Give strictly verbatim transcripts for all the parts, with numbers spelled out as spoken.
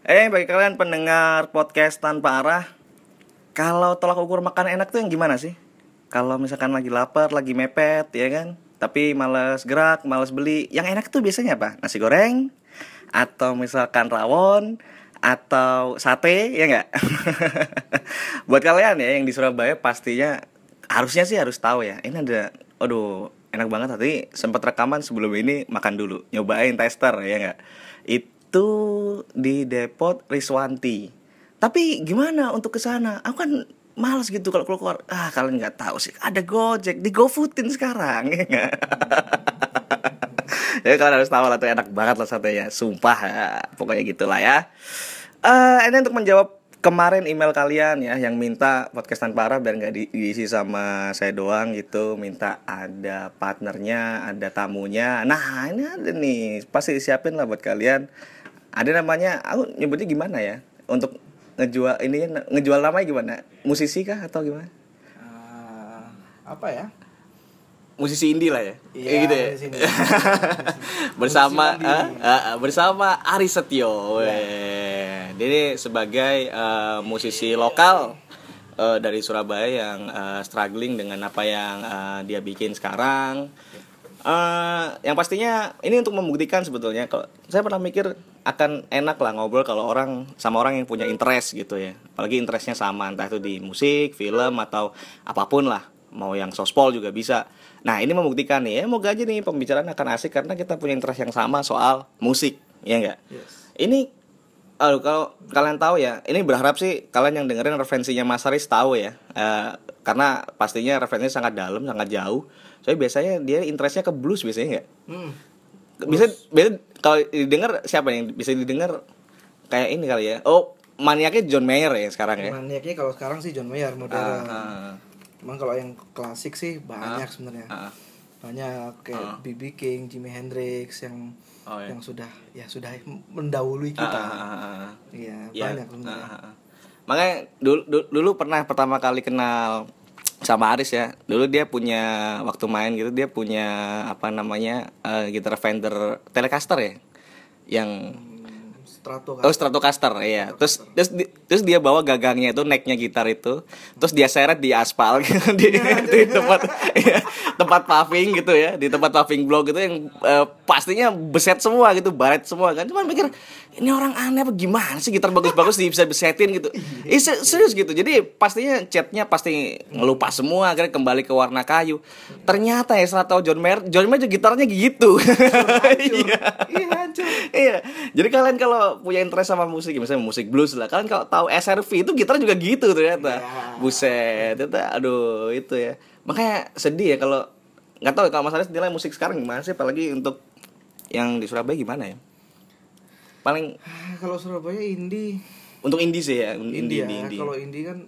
Eh, bagi kalian pendengar podcast tanpa arah, kalau tolak ukur makan enak tuh yang gimana sih? Kalau misalkan lagi lapar, lagi mepet, ya kan? Tapi malas gerak, malas beli, yang enak tuh biasanya apa? Nasi goreng, atau misalkan rawon, atau sate, ya nggak? Buat kalian ya yang di Surabaya pastinya harusnya sih harus tahu ya. Ini ada, aduh, enak banget tadi sempat rekaman sebelum ini makan dulu, nyobain tester ya nggak? Itu di Depot Riswanti. Tapi gimana untuk ke sana? Aku kan malas gitu kalau keluar. Ah, kalian nggak tahu sih. Ada Gojek, di GoFoodin sekarang. Ya nggak? Jadi kalian harus tahu lah tuh enak banget lah satenya. Sumpah ya. Pokoknya gitulah ya. Eh, ini untuk menjawab kemarin email kalian ya yang minta podcast tanpa arah biar nggak di- diisi sama saya doang gitu, minta ada partnernya, ada tamunya. Nah ini ada nih, pasti disiapin lah buat kalian. Ada namanya, aku nyebutnya gimana ya? Untuk ngejual ini ngejual namanya gimana? Musisi kah atau gimana? Uh, apa ya? Musisi indie lah ya. Iya, Kayak gitu ya. musisi indie. bersama Musisi ah, indie. ah, ah, bersama Ari Setio. Weh. Dia sebagai eh, musisi lokal eh, dari Surabaya yang eh, struggling dengan apa yang eh, dia bikin sekarang. Eh, yang pastinya ini untuk membuktikan sebetulnya kalau saya pernah mikir akan enak lah ngobrol kalau orang sama orang yang punya interest gitu ya. Apalagi interestnya sama, entah itu di musik, film atau apapun lah. Mau yang sospol juga bisa. Nah ini membuktikan nih, ya moga aja nih pembicaraan akan asik karena kita punya interest yang sama soal musik, ya enggak? Yes. Ini, aduh kalau kalian tahu ya, ini berharap sih kalian yang dengerin referensinya Mas Aris tahu ya, eh, karena pastinya referensinya sangat dalam, sangat jauh. Soalnya biasanya dia interestnya ke blues biasanya enggak? Hmm. Bisa, bisa kalau didengar siapa yang bisa didengar kayak ini kali ya? Oh, maniaknya John Mayer ya sekarang ya? Maniaknya kalau sekarang sih John Mayer modern. Ah, ah. Emang kalau yang klasik sih banyak Ah, sebenarnya. ah. Banyak kayak Ah. B B King, Jimi Hendrix yang Oh, iya. yang sudah ya sudah mendahului Ah, kita. ah, ah, ah. Iya, Ya, banyak sebenarnya. ah, ah, ah. Makanya dulu, dulu dulu pernah pertama kali kenal sama Aris ya. Dulu dia punya waktu main gitu dia punya apa namanya eh, gitar Fender Telecaster ya. Yang Hmm, Strato kan. oh Stratocaster iya. Terus terus di- terus dia bawa gagangnya itu necknya gitar itu. Terus dia seret di aspal gitu, di, di tempat iya, tempat paving gitu ya, di tempat paving block gitu yang eh, pastinya beset semua gitu, baret semua kan. Cuman mikir ini orang aneh apa gimana sih gitar bagus-bagus bisa besetin gitu. Ih, se- serius gitu. Jadi pastinya catnya pasti ngelupas semua akhirnya kembali ke warna kayu. Ternyata ya setelah tahu John Mayer, John Mayer juga gitarnya gitu. Iya. Iya, hancur. Iya. Jadi kalian kalau punya interest sama musik, misalnya musik blues lah, kalian kalau tahu S R V itu gitar juga gitu ternyata. Ya. Buset, itu aduh itu ya. Makanya sedih ya kalau nggak tahu ya, kalau Mas Aris nilai musik sekarang gimana sih, apalagi untuk yang di Surabaya gimana ya? Paling Ah, kalau Surabaya indie. untuk indie sih ya, indie Indie, indie, ya. indie. Kalau indie kan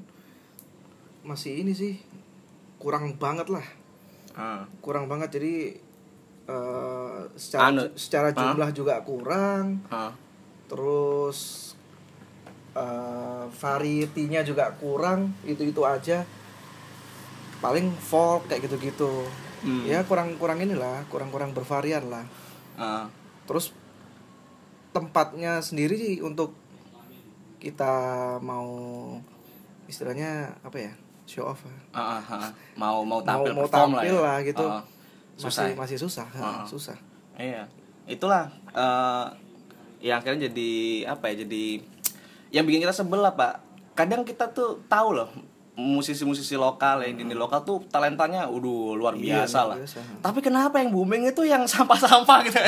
masih ini sih kurang banget lah. Ah. Kurang banget jadi eh, secara Anu, secara ah. jumlah juga kurang. Ah. Terus uh, variety-nya juga kurang, itu-itu aja. Paling folk kayak gitu-gitu. Hmm. Ya kurang-kurang inilah, kurang-kurang bervarian lah. Ah. Terus tempatnya sendiri sih untuk kita mau istilahnya apa ya? Show off. ya. Ah, ah, ah. Mau mau Mau tampil mau perform tampil ya. lah gitu. Ah. Susah. Masih masih susah, Ah. susah. Iya, itulah eh yang akhirnya jadi apa ya? Jadi yang bikin kita sebel lah Pak. Kadang kita tuh tahu loh musisi-musisi lokal yang ini lokal tuh talentanya, udah luar Iya, biasa luar lah. biasa. Tapi kenapa yang booming itu yang sampah-sampah gitu?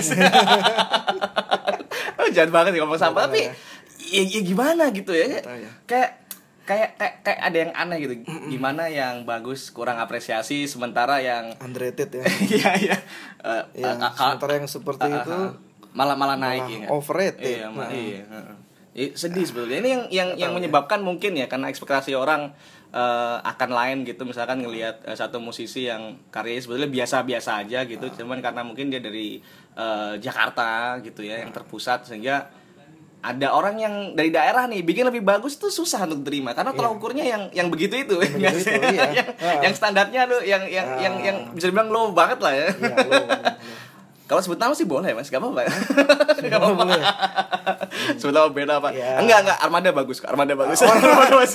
Oh, jahat banget sih ngomong sampah, Nggak tapi tahu ya, ya gimana gitu ya? Nggak tahu ya. Kayak kayak kayak kayak ada yang aneh gitu. Gimana yang bagus kurang apresiasi sementara yang Underrated ya. iya iya Eh, Ya, eh, ka- sementara yang seperti ah, ah, itu ah. malah malah naik malah ya nggak? overrated. Iya, ma- Nah. iya. heeh. Ih, sedih sebetulnya. Ini yang yang yang tahu menyebabkan mungkin ya karena ekspektasi orang eh, akan lain gitu. Misalkan ngelihat eh, satu musisi yang karyanya sebetulnya biasa-biasa aja gitu, cuman karena mungkin dia dari eh, Jakarta gitu ya, yang terpusat sehingga ada orang yang dari daerah nih bikin lebih bagus tuh susah untuk terima karena tolak Iya. ukurnya yang yang begitu itu, Yang begitu itu, iya. yang, Ah. yang standarnya tuh yang yang Ah. yang yang bisa dibilang low banget lah ya. Iya, lo, lo. Kalau sebut nama sih boleh mas, gak apa-apa. Sebut nama boleh. Sebut nama band apa? Ya. Enggak enggak, Armada bagus, Armada bagus. Oh, Armada bagus.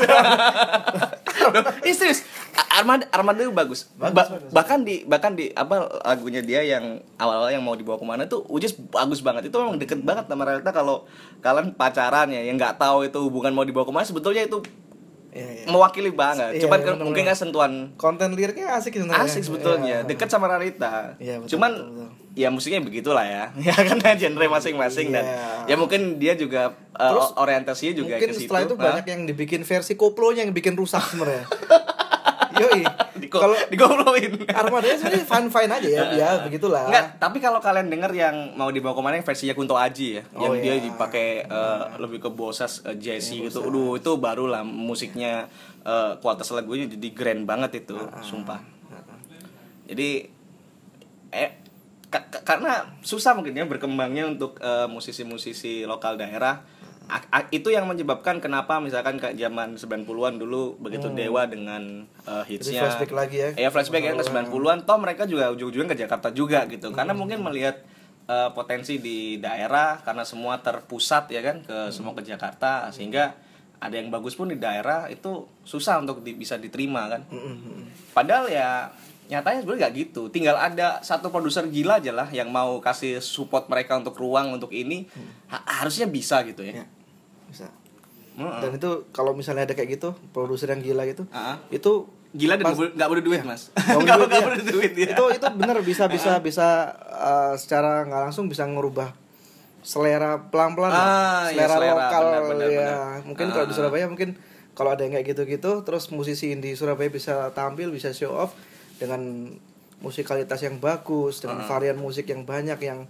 Ih serius, Armada Armada itu bagus. Bagus, Ba- bagus. Bahkan di bahkan di apa lagunya dia yang awal-awal yang mau dibawa kemana tuh, which is bagus banget. Itu memang deket banget sama realita. Kalau kalian pacaran ya, yang nggak tahu itu hubungan mau dibawa kemana, sebetulnya itu Iya, iya. mewakili banget. Iya, Cuman iya, kan bener-bener. mungkin kan sentuhan Konten liriknya asik sebenarnya. asik sebetulnya, Iya. deket sama realita. Iya, betul, Cuman betul, betul. ya musiknya begitulah ya. Ya kan genre masing-masing dan Iya. ya mungkin dia juga uh, Terus, orientasinya juga Mungkin ke situ. setelah itu Hah? banyak yang dibikin versi koplonya yang bikin rusak sebenarnya. Yoi. Diko- Kalau digomloin. Armadanya sebenarnya fine fine aja ya, ya begitulah. Enggak, tapi kalau kalian denger yang mau dibawa kemana yang versinya Kunto Aji ya, Oh, yang dia iya. dipakai uh, lebih ke bosas uh, jazzy gitu. Aduh, itu baru lah musiknya, uh, kualitas lagunya jadi grand banget itu, sumpah. Jadi eh ka- ka- karena susah mungkin ya berkembangnya untuk uh, musisi-musisi lokal daerah. A- a- itu yang menyebabkan kenapa misalkan kayak zaman sembilan puluhan dulu begitu Dewa dengan uh, hitsnya. Jadi flashback lagi ya. Ya flashback ya ke sembilan puluhan, toh mereka juga ujung-ujungnya ke Jakarta juga gitu. Karena mungkin melihat uh, potensi di daerah karena semua terpusat ya kan ke semua ke Jakarta, sehingga ada yang bagus pun di daerah itu susah untuk di- bisa diterima kan. Padahal ya nyatanya sebenarnya nggak gitu. Tinggal ada satu produser gila aja lah yang mau kasih support mereka untuk ruang untuk ini, ha- harusnya bisa gitu ya. Ya, bisa. Heeh. Dan itu kalau misalnya ada kayak gitu, produser yang gila gitu, Ah. itu Gila dan pas- nggak nggak butuh duit mas. nggak Nggak butuh duit, nggak ya. butuh duit ya. itu itu benar bisa bisa bisa uh, secara nggak langsung bisa ngerubah selera pelan-pelan lah. Ah, iya, selera, selera, lokal benar, benar, ya. benar. Mungkin Ah. kalau di Surabaya mungkin kalau ada yang kayak gitu-gitu, terus musisi indie Surabaya bisa tampil, bisa show off dengan musikalitas yang bagus, dengan Ah. varian musik yang banyak yang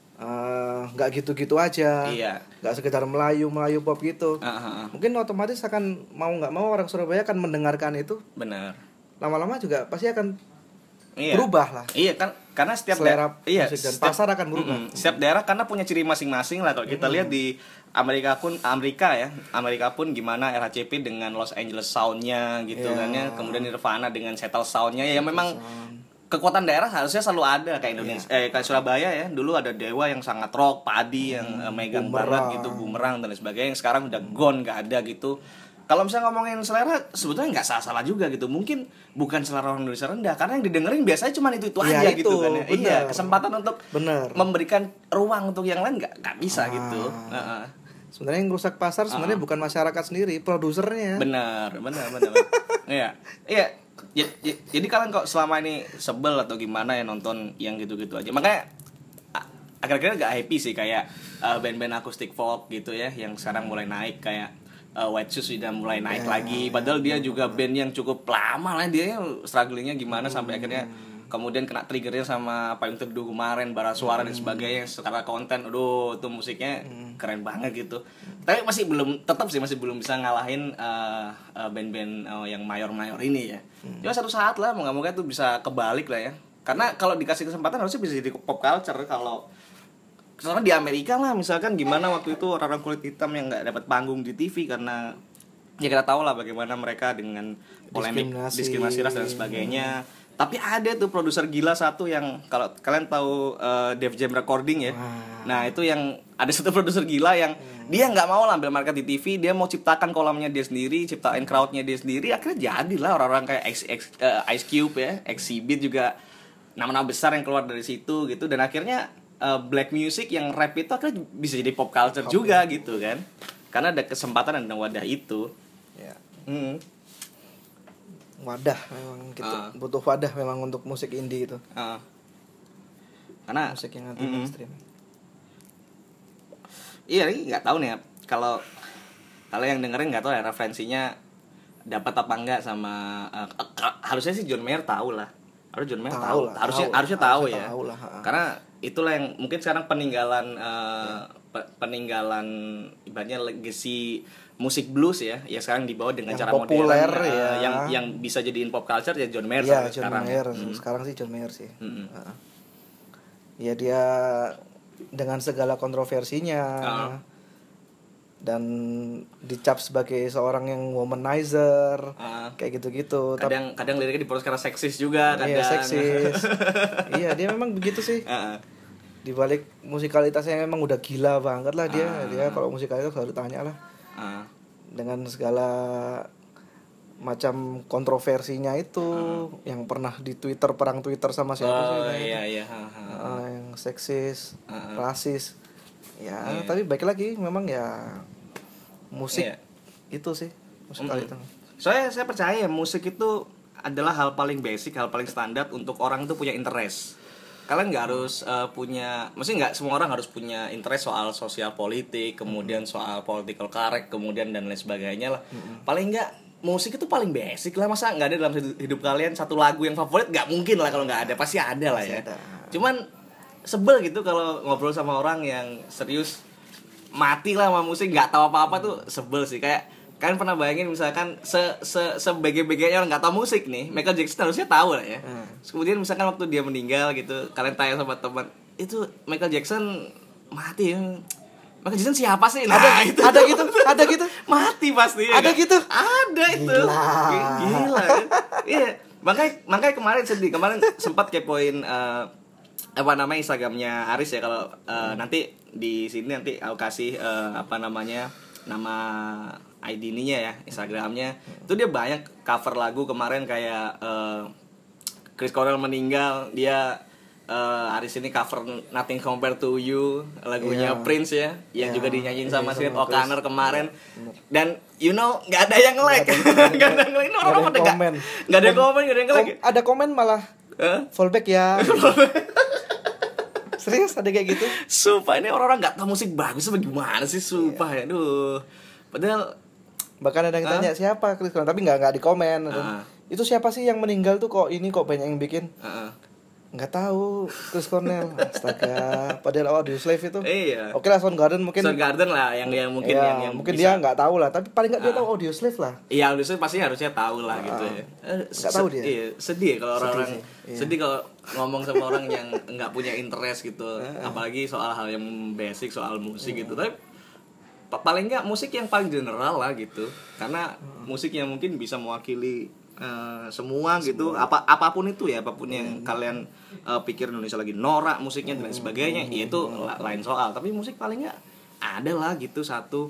uh, nggak gitu-gitu aja, Iya. nggak sekedar Melayu Melayu pop gitu. Ah, ah, ah. Mungkin otomatis akan mau nggak mau orang Surabaya akan mendengarkan itu, Benar. lama-lama juga pasti akan Iya. berubah lah. Iya kan, karena setiap Selera daerah, iya, musik dan setiap- pasar akan berubah. Mm-mm. Setiap daerah karena punya ciri masing-masing lah. Kalau kita lihat di Amerika pun, Amerika ya, Amerika pun gimana R H C P dengan Los Angeles soundnya gitu Iya. kan ya, kemudian Nirvana dengan Seattle soundnya ya, memang kekuatan daerah harusnya selalu ada kayak Indonesia, Iya. eh kayak Surabaya ya, dulu ada Dewa yang sangat rock, Padi yang eh, megang Hmm, Bumerang. banget gitu, Bumerang dan lain sebagainya, yang sekarang udah gone, nggak ada gitu. Kalau misalnya ngomongin selera, sebetulnya nggak salah-salah juga gitu. Mungkin bukan selera orang Indonesia rendah, karena yang didengerin biasanya cuma itu itu Ya, aja itu, gitu kan ya. Iya, benar. kesempatan untuk Benar. memberikan ruang untuk yang lain nggak nggak bisa Ah. gitu. Heeh. Sebenarnya yang rusak pasar sebenarnya bukan masyarakat sendiri, produsernya. Benar, benar, benar. benar. Iya, iya. J- j- Jadi kalian kok selama ini sebel atau gimana ya nonton yang gitu-gitu aja. Makanya a- akhir-akhirnya gak happy sih kayak uh, band-band akustik folk gitu ya, yang sekarang mulai naik kayak uh, White Shoes sudah mulai naik Ya, lagi. Padahal dia juga band yang cukup lama lah, dia strugglingnya gimana sampai akhirnya kemudian kena triggernya sama Payung Teduh kemarin, Bara Suara dan sebagainya. Secara konten, aduh itu musiknya keren banget gitu. Tapi masih belum, tetap sih masih belum bisa ngalahin uh, uh, band-band uh, yang mayor-mayor ini ya. Cuma satu saat lah, moga-moga itu bisa kebalik lah ya. Karena kalau dikasih kesempatan harusnya bisa jadi pop culture. Kalau soalnya di Amerika lah misalkan gimana waktu itu orang-orang kulit hitam yang nggak dapat panggung di T V karena ya kita tahu lah bagaimana mereka dengan polemik Diskriminasi. diskriminasi ras dan sebagainya. Tapi ada tuh produser gila satu yang kalau kalian tahu uh, Def Jam Recording ya. Wah. Nah, itu yang ada satu produser gila yang dia nggak mau lah ambil market di T V, dia mau ciptakan kolamnya dia sendiri, ciptain crowdnya dia sendiri. Akhirnya jadilah orang-orang kayak X, X, uh, Ice Cube ya, Exhibit juga nama-nama besar yang keluar dari situ gitu, dan akhirnya uh, black music yang rap itu akhirnya bisa jadi pop culture Pop, juga ya. gitu kan. Karena ada kesempatan dan wadah itu. Ya. Hmm. Wadah memang gitu. Ah. Butuh wadah memang untuk musik indie itu. Uh. Karena Musik yang anti Mm-mm. mainstream. Iya, ini nggak tahu nih ya. Kalau kalau yang dengerin nggak tahu ya referensinya dapat apa enggak sama uh, k- harusnya sih John Mayer tahu lah. Harus John Mayer Tahu tahu. lah, Harusnya tahu. harusnya tahu Harusnya ya. tahu lah, ha. Karena itulah yang mungkin sekarang peninggalan uh, pe- peninggalan ibaratnya legacy musik blues ya, ya sekarang dibawa dengan Yang cara populer, modern, uh, ya. yang yang bisa jadiin pop culture ya John Mayer Iya, sampai John sekarang. Mayer. Hmm. Sekarang sih John Mayer sih. Mm-mm. Heeh. Ya dia dengan segala kontroversinya Ah. dan dicap sebagai seorang yang womanizer, Ah. kayak gitu-gitu. Tapi Kadang kadang liriknya diporos karena seksis juga, kadang. iya seksis. Iya, dia memang begitu sih. Heeh. Di balik musikalitasnya memang udah gila banget lah dia. Ah. Dia kalau musikalitas harus tanya lah. Ah. Dengan segala macam kontroversinya itu Uh. yang pernah di Twitter, perang Twitter sama siapa sih Oh nah itu. iya iya. Ha, ha. Uh, yang seksis, Uh-uh. rasis. Ya, Iya. tapi baik lagi memang ya musik Iya. itu sih musikalitas. Soalnya saya percaya musik itu adalah hal paling basic, hal paling standar untuk orang itu punya interest. Kalian nggak harus uh, punya, maksudnya nggak semua orang harus punya interest soal sosial politik, kemudian soal political correct, kemudian dan lain sebagainya lah. Paling nggak musik itu paling basic lah. Masa nggak ada dalam hidup, hidup kalian satu lagu yang favorit? Nggak mungkin lah kalau nggak ada, pasti ada lah ya. Pasti ada. Cuman sebel gitu kalau ngobrol sama orang yang serius mati lah sama musik, nggak tahu apa-apa tuh sebel sih. Kayak kalian pernah bayangin misalkan se se sebege-begenya orang nggak tahu musik nih, Michael Jackson harusnya tahu lah ya. Hmm. Terus kemudian misalkan waktu dia meninggal gitu, kalian tanya sama teman, itu Michael Jackson mati ya. Michael Jackson siapa sih? Nah, Ada itu ada gitu, ada gitu. mati pasti ya. Ada kan? gitu? Ada itu. Gila. Gila. Kan? Iya, makanya makanya kemarin sedih. Kemarin sempat kepoin uh, apa namanya Instagramnya Aris ya, kalau uh, nanti di sini nanti aku kasih uh, apa namanya nama I D-nya ya, Instagramnya. Itu dia banyak cover lagu kemarin kayak uh, Chris Cornell meninggal, dia uh, Aris ini cover Nothing Compared to You, lagunya Yeah. Prince ya, yang Yeah. juga dinyanyiin sama Yeah, Sinead sama O'Connor Chris. kemarin. Dan you know nggak ada yang like, nggak ada yang like, ini Nggak ada orang yang pada nggak komen. nggak ada yang komen, nggak ada yang like. Kom- ada komen malah Hah? fallback ya. Serius ada kayak gitu? Sumpah ini orang-orang nggak tahu musik bagus apa gimana sih, sumpah ya, aduh. Padahal Bahkan ada yang tanya siapa Chris Cornell, tapi nggak nggak di komen. Ah. Itu siapa sih yang meninggal tuh, kok ini kok banyak yang bikin? uh, Nggak tahu Chris Cornell. Astaga, padahal Audio Slave itu. iya. Oke lah, Soundgarden mungkin. Soundgarden lah yang yang mungkin ya, yang, yang mungkin bisa. dia nggak tahu lah, tapi paling nggak dia Ah. tahu Audio Slave lah. Iya, Lucy pasti harusnya tahu lah gitu ya. Eh, Nggak tahu dia. Iya, sedih kalau Sedih orang-orang sih, iya. sedih kalau ngomong sama orang yang nggak punya interest gitu, apalagi soal hal yang basic soal musik gitu. Tapi pa- paling nggak musik yang paling general lah gitu, karena musik yang mungkin bisa mewakili eh, semua gitu, apa apapun itu ya, apapun yang kalian eh, pikir Indonesia lagi norak musiknya dan lain sebagainya, ya itu la- lain soal. Tapi musik paling nggak ada lah gitu satu.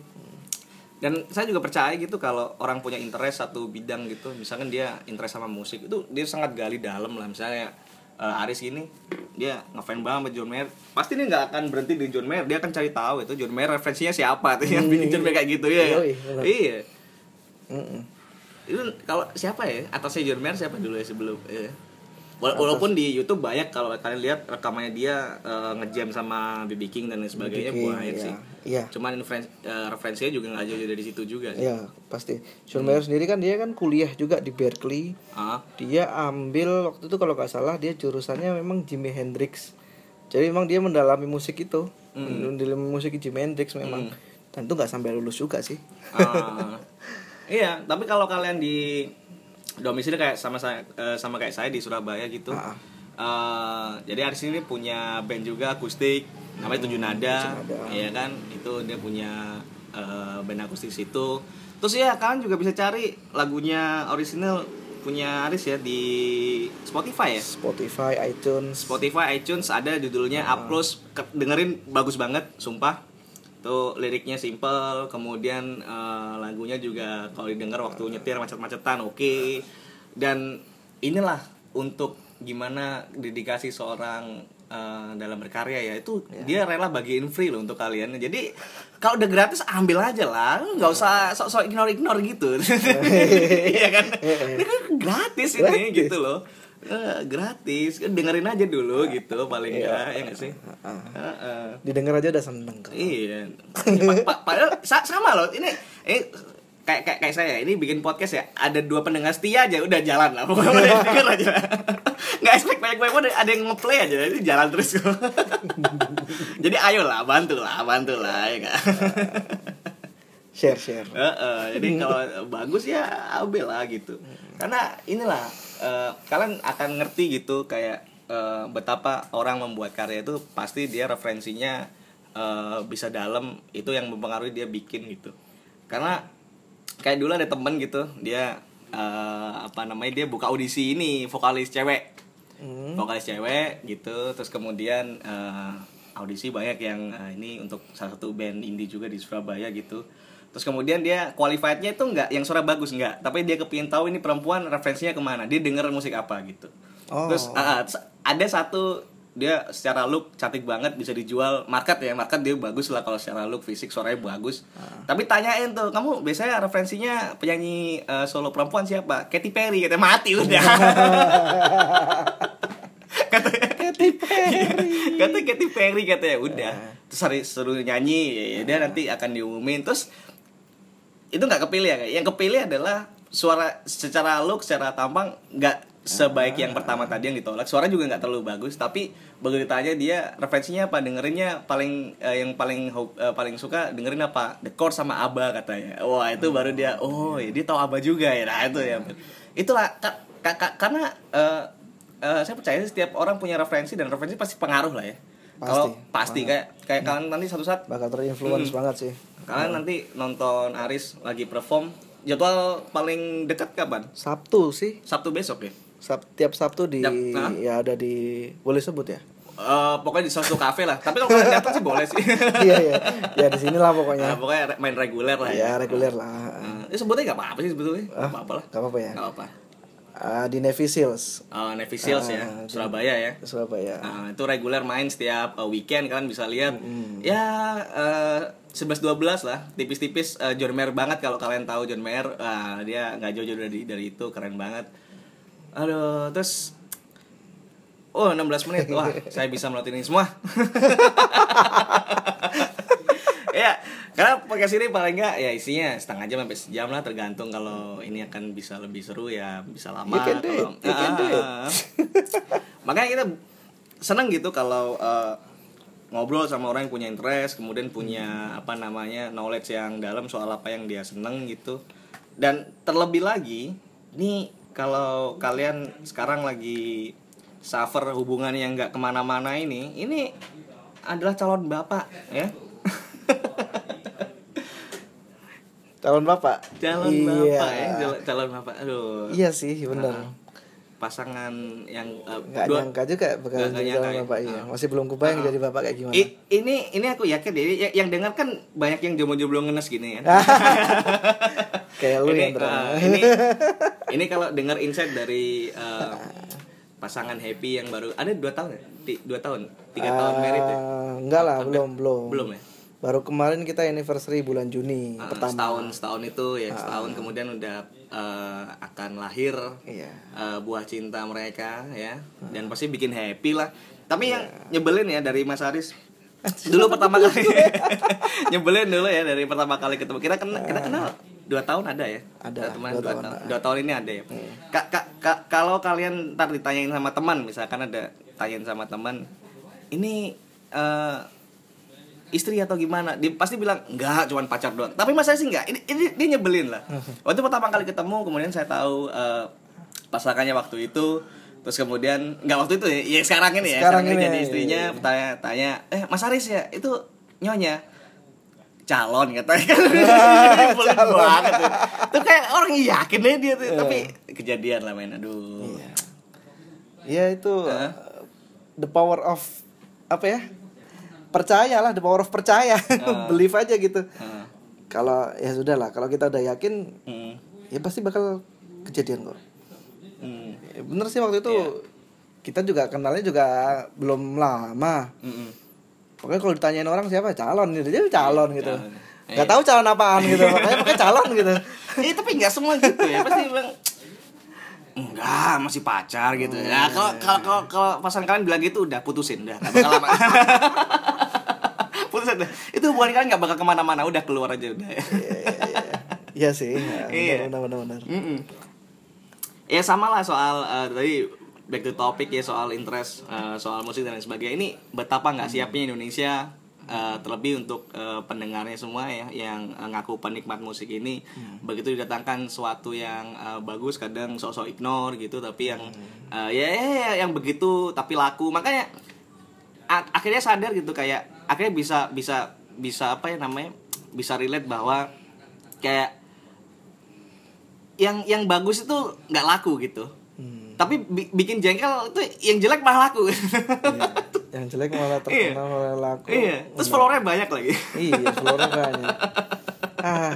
Dan saya juga percaya gitu kalau orang punya interest satu bidang gitu, misalkan dia interest sama musik, itu dia sangat gali dalam lah. Misalnya uh, Aris ini dia ngefans banget sama John Mayer, pasti dia nggak akan berhenti di John Mayer, dia akan cari tahu itu John Mayer referensinya siapa tuh yang bikin John Mayer kayak gitu ya. Yoi, benar. Iya. Mm-mm. Itu kalau siapa ya atasnya John Mayer siapa dulu ya sebelum ya. Wala- Walaupun di YouTube banyak kalau kalian lihat rekamannya dia uh, ngejam sama B B King dan lain sebagainya, B B King, banyak iya. sih. Iya. Cuman inferen- uh, referensinya juga nggak jauh dari situ juga sih. Ya pasti. John Mayer sendiri kan dia kan kuliah juga di Berkeley. Ah. Dia ambil waktu itu kalau nggak salah dia jurusannya memang Jimi Hendrix. Jadi memang dia mendalami musik itu, Mm. mendalami musik Jimi Hendrix memang. Mm. Dan itu nggak sampai lulus juga sih. Ah. Iya, tapi kalau kalian di domisili kayak sama saya eh, sama kayak saya di Surabaya gitu. Ah. eh, jadi Aris ini punya band juga akustik namanya Tujuh Nada, Tujuh Nada. iya kan? Itu dia punya eh, band akustik situ. Terus ya kalian juga bisa cari lagunya original punya Aris ya di Spotify ya. Spotify, iTunes. Spotify, iTunes ada judulnya Ah. Upload, Ke- dengerin bagus banget, sumpah. Tuh liriknya simple, kemudian eh, lagunya juga kalau didengar waktu nyetir macet-macetan oke. Dan inilah untuk gimana dedikasi seorang eh, dalam berkarya ya, itu dia rela bagiin free loh untuk kalian. Jadi kalau udah gratis ambil aja lah, nggak usah sok-sok ignore-ignore gitu. Iya kan? Ini kan gratis ini Gratis. gitu loh. Eh, gratis, dengerin aja dulu gitu paling enggak, ya nggak sih? Heeh. Didengar aja udah seneng kok. Iya. Pa- pa- padahal sa- sama loh. Ini ini kayak kayak kayak saya ini bikin podcast ya. Ada dua pendengar setia aja udah jalan lah. Pokoknya udah denger aja. Enggak expect banyak-banyak, ada yang nge-play aja. Ini jalan terus. Jadi ayolah, bantulah, bantulah ya enggak. Share share. Heeh, jadi kalau bagus ya ambil lah gitu. Karena inilah eh, kalian akan ngerti gitu kayak eh, betapa orang membuat karya itu pasti dia referensinya eh, bisa dalam, itu yang mempengaruhi dia bikin gitu. Karena kayak dulu ada temen gitu, dia eh, apa namanya dia buka audisi ini vokalis cewek. Hmm. Vokalis cewek gitu, terus kemudian eh, audisi banyak yang uh, ini untuk salah satu band indie juga di Surabaya gitu. Terus kemudian dia qualified-nya itu nggak yang suara bagus nggak, tapi dia kepingin tahu ini perempuan referensinya kemana, dia denger musik apa gitu. Oh. Terus, uh, terus ada satu dia secara look cantik banget, bisa dijual market ya, market dia bagus lah kalau secara look, fisik, suaranya bagus. Uh. Tapi tanyain tuh, kamu biasanya referensinya penyanyi uh, solo perempuan siapa? Katy Perry, katanya mati udah. Katanya Katy Perry. Katanya Katy Perry katanya udah. Terus hari suruh nyanyi, ya dia nanti akan diumumin. Terus itu nggak kepilih ya, yang kepilih adalah suara secara look, secara tampang nggak sebaik yang pertama tadi yang ditolak. Suara juga nggak terlalu bagus, tapi begitu ditanya dia referensinya apa, dengerinnya paling eh, yang paling eh, paling suka dengerin apa, The Core sama ABBA katanya. Wah itu baru dia, oh ya dia tahu ABBA juga ya. Nah itu ya, itulah ka, ka, ka, karena uh, uh, saya percaya setiap orang punya referensi, dan referensi pasti pengaruh lah ya. Kalau pasti kayak kayak kalian nanti satu saat bakal terinfluence hmm, banget sih. Kalian nanti nonton Aris lagi perform, jadwal paling dekat kapan? Sabtu sih. Sabtu besok ya? Sab, tiap Sabtu di Yap, ya ada di, boleh sebut ya? Uh, pokoknya di suatu kafe lah. Tapi kalau kalian datang sih boleh sih. Iya iya. Ya di sini lah pokoknya. Uh, pokoknya main reguler lah ya. Ya reguler lah. Uh, ya sebutnya nggak apa-apa sih sebetulnya. Nggak uh, apa-apa lah. Nggak apa-apa ya. Nggak apa-apa. Uh, di Navy Seals. Uh, Navy Seals uh, ya, Surabaya ya. Surabaya. Uh, itu reguler main setiap uh, weekend, kalian bisa lihat. Mm. Ya uh, sebelas dua belas lah, tipis-tipis. uh, John Mayer banget kalau kalian tahu John Mayer. Uh, dia nggak jauh-jauh dari dari itu, keren banget. Aduh, terus oh enam belas menit. Wah, saya bisa melatih ini semua. Ya, karena podcast ini paling enggak ya isinya setengah jam sampai sejam lah, tergantung. Kalau ini akan bisa lebih seru ya bisa lama. You can do kalau, it. You can do it. Makanya kita seneng gitu kalau uh, ngobrol sama orang yang punya interest, kemudian punya apa namanya knowledge yang dalam soal apa yang dia seneng gitu. Dan terlebih lagi, nih kalau kalian sekarang lagi suffer hubungan yang nggak kemana-mana ini, ini adalah calon bapak ya. Calon bapak. Calon iya. bapak ya, calon bapak. Aduh. Iya sih, benar. Nah, pasangan yang uh, nggak dua, nyangka juga bakal jadi calon bapak ya. Masih belum kebayang uh, jadi bapak kayak gimana. I, ini ini aku yakin deh, yang, yang dengar kan banyak yang jomblo-jomblo ngenes gini kan. Kayak lu ini, yang uh, ini ini kalau dengar insight dari uh, pasangan Happy yang baru ada dua tahun ya, Di, dua tahun, tiga uh, tahun married ya. Enggak lah, belum belum. Belum ya. Baru kemarin kita anniversary bulan Juni uh, pertama. Setahun setahun itu ya, setahun uh, kemudian udah uh, akan lahir iya. uh, buah cinta mereka ya, uh. dan pasti bikin happy lah. Tapi yeah. yang nyebelin ya dari Mas Aris dulu pertama kali nyebelin dulu ya dari pertama kali ketemu kita kenal kita kenal dua tahun ada ya, ada teman dua, dua, tahun, tahun, dua tahun ini ada ya. Hmm. Kak kak ka, kalau kalian ntar ditanyain sama teman, misalkan ada tanyain sama teman, ini uh, istri atau gimana, dia pasti bilang enggak, cuman pacar doang. Tapi mas saya sih enggak, ini, ini dia nyebelin lah. Waktu pertama kali ketemu, kemudian saya tahu uh, pasangannya waktu itu, terus kemudian enggak waktu itu ya, ya sekarang ini ya, sekarang, sekarang ini jadi istrinya, iya, iya. tanya-tanya, eh Mas Aris ya, itu nyonya calon katanya. Nyebelin banget tuh. Tuh kayak orang yakin aja dia tuh, yeah. Tapi kejadian lah main, aduh. Iya, ya, itu huh? The power of apa ya? Percayalah, the power of percaya. uh. Believe aja gitu. uh. Kalau ya sudah lah, kalau kita udah yakin, hmm. ya pasti bakal kejadian kok. hmm. Ya, bener sih waktu itu, yeah. Kita juga kenalnya juga belum lama. hmm. Pokoknya kalau ditanyain orang siapa calon gitu, dia calon gitu. Nggak tahu calon apaan gitu, makanya pakai calon gitu. Eh tapi nggak semua gitu ya, pasti bilang enggak, masih pacar gitu. Hmm, ya kalau kalau kalau pasangan kalian bilang gitu udah putusin dah, nggak bakal lama. Putusin dah. Itu hubungan kalian nggak bakal kemana-mana, udah keluar aja udah. Iya sih, benar benar benar. Ya sama lah soal uh, tadi back to topic ya, soal interest, uh, soal musik dan lain sebagainya. Ini betapa nggak siapnya Indonesia. Uh, terlebih untuk uh, pendengarnya semua ya yang uh, ngaku penikmat musik ini, hmm. begitu didatangkan sesuatu yang uh, bagus kadang sok-sok ignore gitu, tapi yang uh, ya, ya, ya yang begitu tapi laku, makanya ak- akhirnya sadar gitu, kayak akhirnya bisa bisa bisa apa ya namanya, bisa relate bahwa kayak yang yang bagus itu nggak laku gitu. Hmm. Tapi bi- bikin jengkel itu yang jelek malah laku. Iya. Yang jelek malah terkenal, iya. malah laku. Iya. Terus followernya banyak lagi. Iya, followernya banyak. Ah.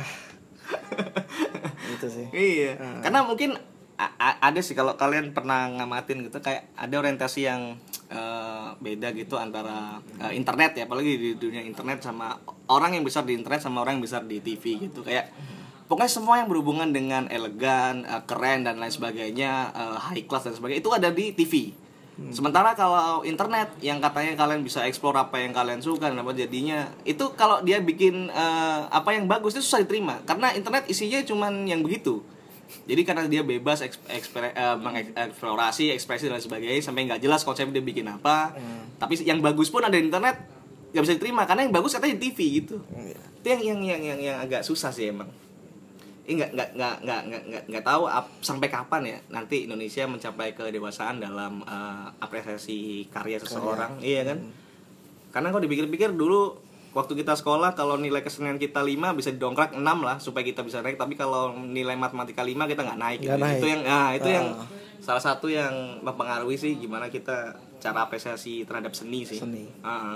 Gitu sih. Iya. Ah. Karena mungkin a- a- ada sih kalau kalian pernah ngamatin gitu, kayak ada orientasi yang uh, beda gitu antara uh, internet ya, apalagi di dunia internet, sama orang yang besar di internet sama orang yang besar di T V gitu. Kayak pokoknya semua yang berhubungan dengan elegan, uh, keren dan lain sebagainya, uh, high class dan sebagainya itu ada di T V. Hmm. Sementara kalau internet yang katanya kalian bisa explore apa yang kalian suka dan apa jadinya, itu kalau dia bikin uh, apa yang bagus itu susah diterima karena internet isinya cuman yang begitu. Jadi karena dia bebas eksp- ekspre- uh, mengeksplorasi, ekspresi dan lain sebagainya sampai nggak jelas konsep dia bikin apa. Hmm. Tapi yang bagus pun ada di internet nggak bisa diterima karena yang bagus katanya di T V gitu. Hmm. Itu yang yang yang yang yang agak susah sih emang. Ini nggak nggak nggak nggak nggak nggak tahu ap, sampai kapan ya nanti Indonesia mencapai kedewasaan dalam uh, apresiasi karya seseorang, karya. Iya kan? Hmm. Karena kalau dipikir-pikir dulu waktu kita sekolah kalau nilai kesenian kita lima bisa didongkrak enam lah supaya kita bisa naik, tapi kalau nilai matematika lima kita nggak naik, gitu. naik. Itu yang nah itu uh. yang salah satu yang mempengaruhi sih gimana kita cara apresiasi terhadap seni sih. Seni. Uh-huh.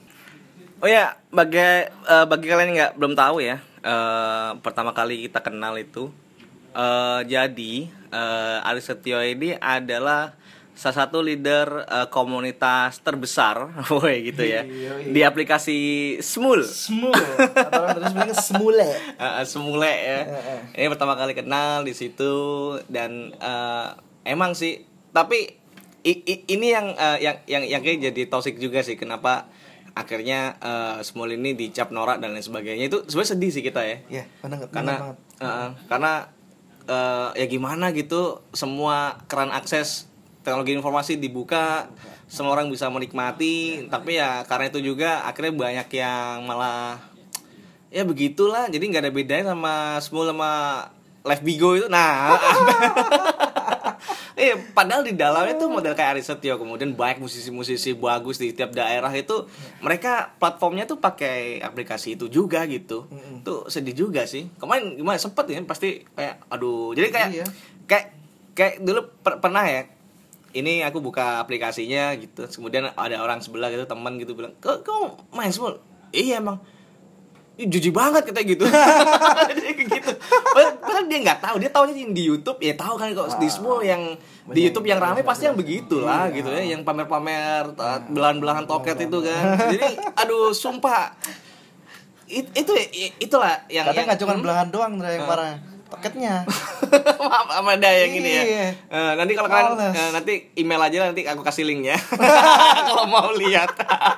Oh ya, bagi uh, bagi kalian yang nggak belum tahu ya, uh, pertama kali kita kenal itu, uh, jadi uh, Aris Setio ini adalah salah satu leader uh, komunitas terbesar, woy gitu ya, di aplikasi Smule. Smule, atau orang terus bilangnya Smule. Uh, Smule ya. Uh, uh. Ini pertama kali kenal di situ dan uh, emang sih, tapi i, i, ini yang uh, yang yang yang kayak jadi toxic juga sih, kenapa akhirnya uh, Smule ini dicap norak dan lain sebagainya. Itu sebenarnya sedih sih kita ya. Iya, benar karena uh, karena uh, ya gimana gitu, semua keran akses teknologi informasi dibuka, semua orang bisa menikmati, tapi ya karena itu juga akhirnya banyak yang malah ya begitulah, jadi nggak ada bedanya sama Smule sama Live Bigo itu. Nah, eh padahal di dalamnya tuh model kayak Aris Setio, kemudian banyak musisi-musisi bagus di tiap daerah itu, mereka platformnya tuh pakai aplikasi itu juga gitu. Mm-hmm. Tuh sedih juga sih. Kemarin gimana sempet ya pasti kayak aduh, jadi kayak iya. kayak kayak dulu per- pernah ya. Ini aku buka aplikasinya gitu, kemudian ada orang sebelah gitu, teman gitu bilang, "Kok kamu main Smule?" "Iya emang." "Ih, jijik banget," katanya gitu. Jadi kayak gitu. Padahal dia nggak tahu, dia taunya di YouTube, ya tahu kan kok di Smule yang di YouTube yang rame pasti yang begitulah gitu ya, yang pamer-pamer belahan-belahan toket itu kan. Jadi aduh sumpah It, itu itulah yang kadang nggak cuma belahan doang yang parah, toketnya. Sama ada yang gini ya. Uh, nanti kalau kalian uh, nanti email aja, nanti aku kasih linknya. Kalau mau lihat.